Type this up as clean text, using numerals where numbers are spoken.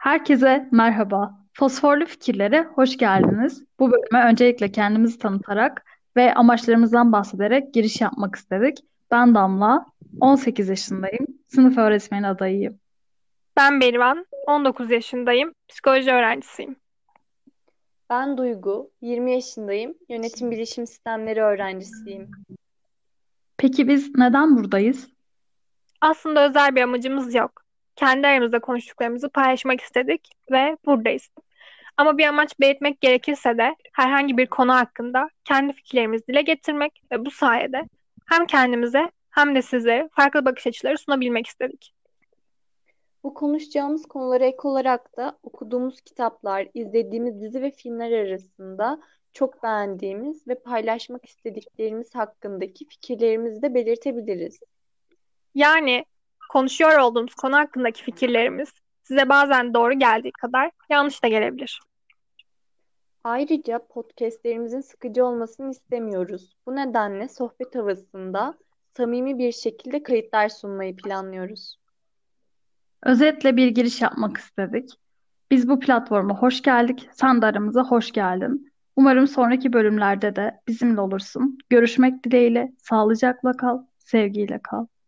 Herkese merhaba. Fosforlu Fikirlere hoş geldiniz. Bu bölüme öncelikle kendimizi tanıtarak ve amaçlarımızdan bahsederek giriş yapmak istedik. Ben Damla, 18 yaşındayım, sınıf öğretmeni adayıyım. Ben Berivan, 19 yaşındayım, psikoloji öğrencisiyim. Ben Duygu, 20 yaşındayım, yönetim bilişim sistemleri öğrencisiyim. Peki biz neden buradayız? Aslında özel bir amacımız yok. Kendi aramızda konuştuklarımızı paylaşmak istedik ve buradayız. Ama bir amaç belirtmek gerekirse de herhangi bir konu hakkında kendi fikirlerimizi dile getirmek ve bu sayede hem kendimize hem de size farklı bakış açıları sunabilmek istedik. Bu konuşacağımız konulara ek olarak da okuduğumuz kitaplar, izlediğimiz dizi ve filmler arasında çok beğendiğimiz ve paylaşmak istediklerimiz hakkındaki fikirlerimizi de belirtebiliriz. Yani konuşuyor olduğumuz konu hakkındaki fikirlerimiz size bazen doğru geldiği kadar yanlış da gelebilir. Ayrıca podcastlerimizin sıkıcı olmasını istemiyoruz. Bu nedenle sohbet havasında samimi bir şekilde kayıtlar sunmayı planlıyoruz. Özetle bir giriş yapmak istedik. Biz bu platforma hoş geldik, sen de aramıza hoş geldin. Umarım sonraki bölümlerde de bizimle olursun. Görüşmek dileğiyle, sağlıcakla kal, sevgiyle kal.